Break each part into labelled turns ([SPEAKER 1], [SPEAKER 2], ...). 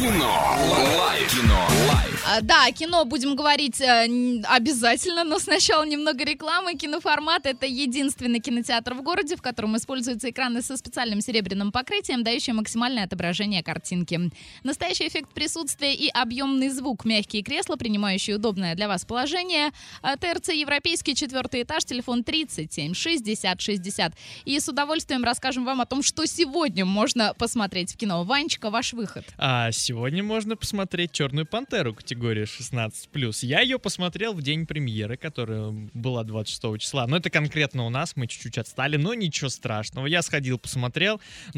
[SPEAKER 1] Кино. Лайф. Кино. Лайф.
[SPEAKER 2] Да, кино будем говорить обязательно, но сначала немного рекламы. Киноформат — это единственный кинотеатр в городе, в котором используются экраны со специальным серебряным покрытием, дающие максимальное отображение картинки. Настоящий эффект присутствия и объемный звук, мягкие кресла, принимающие удобное для вас положение. ТРЦ «Европейский», 4-й этаж, телефон 37 60 60. И с удовольствием расскажем вам о том, что сегодня можно посмотреть в кино. Ванечка, ваш выход.
[SPEAKER 3] Сегодня можно посмотреть «Черную пантеру» категории 16+. Я ее посмотрел в день премьеры, которая была 26 числа. Но это конкретно у нас, мы чуть-чуть отстали, но ничего страшного. Я сходил, посмотрел.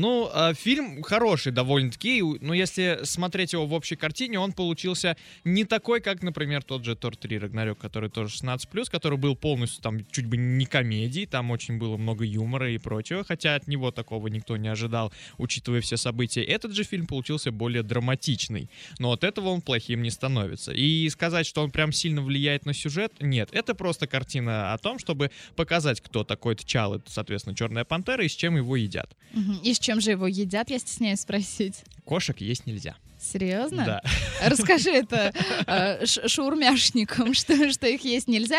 [SPEAKER 3] Фильм хороший довольно-таки, но если смотреть его в общей картине, он получился не такой, как, например, тот же «Тор 3. Рагнарёк», который тоже 16+, который был полностью там чуть бы не комедией, там очень было много юмора и прочего, хотя от него такого никто не ожидал, учитывая все события. Этот же фильм получился более драматичный, но от этого он плохим не становится. И сказать, что он прям сильно влияет на сюжет, нет. Это просто картина о том, чтобы показать, кто такой T'Чалла, соответственно, Черная пантера, и с чем его едят.
[SPEAKER 2] И с чем же его едят, я стесняюсь спросить.
[SPEAKER 3] Кошек есть нельзя.
[SPEAKER 2] Серьезно?
[SPEAKER 3] Да.
[SPEAKER 2] Расскажи это шаурмяшникам, что их есть нельзя.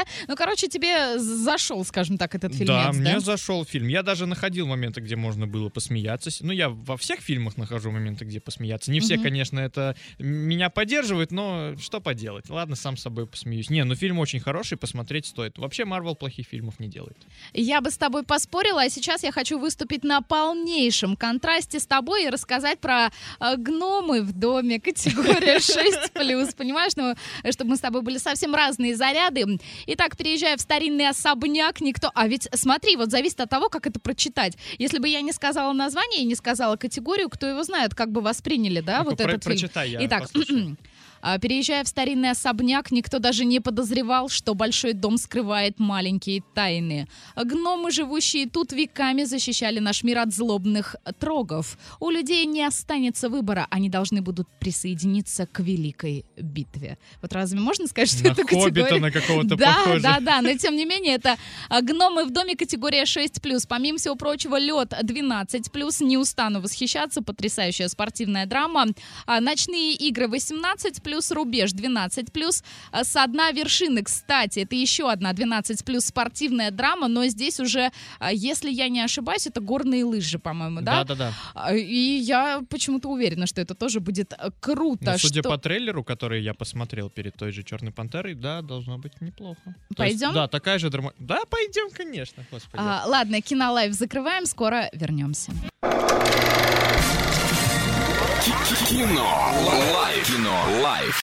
[SPEAKER 2] Тебе зашел, скажем так, этот фильм.
[SPEAKER 3] Да, мне зашел фильм. Я даже находил моменты, где можно было посмеяться. Я во всех фильмах нахожу моменты, где посмеяться. Не все, конечно, это меня поддерживают, но что поделать. Ладно, сам с собой посмеюсь. Фильм очень хороший, посмотреть стоит. Вообще, Marvel плохих фильмов не делает. Я
[SPEAKER 2] бы с тобой поспорила, а сейчас я хочу выступить на полнейшем контрасте с тобой и рассказать про гномы в доме категория 6+, понимаешь? Чтобы мы с тобой были совсем разные заряды. Итак, переезжая в старинный особняк, никто... А ведь смотри, зависит от того, как это прочитать. Если бы я не сказала название и не сказала категорию, кто его знает, как бы восприняли, да, этот фильм.
[SPEAKER 3] Прочитай, я
[SPEAKER 2] Итак, переезжая в старинный особняк, никто даже не подозревал, что большой дом скрывает маленькие тайны. Гномы, живущие тут веками, защищали наш мир от злобных трогов. У людей не останется выбора, они должны будут присоединиться к великой битве. Разве можно сказать, что это категория? На
[SPEAKER 3] Хоббита на какого-то похоже.
[SPEAKER 2] Да, но тем не менее, это гномы в доме категория 6+. Помимо всего прочего, лед 12+. Не устану восхищаться, потрясающая спортивная драма. Ночные игры 18+. Рубеж 12+, со дна вершины, кстати, это еще одна 12+, спортивная драма, но здесь уже, если я не ошибаюсь, это горные лыжи, по-моему, да?
[SPEAKER 3] Да.
[SPEAKER 2] И я почему-то уверена, что это тоже будет круто.
[SPEAKER 3] Судя по трейлеру, который я посмотрел перед той же «Черной пантерой», да, должно быть неплохо.
[SPEAKER 2] Пойдем?
[SPEAKER 3] Да, такая же драма. Да, пойдем, конечно, господи.
[SPEAKER 2] Ладно, Кинолайф закрываем, скоро вернемся.
[SPEAKER 1] Кино. Лайф. Кино. Лайф.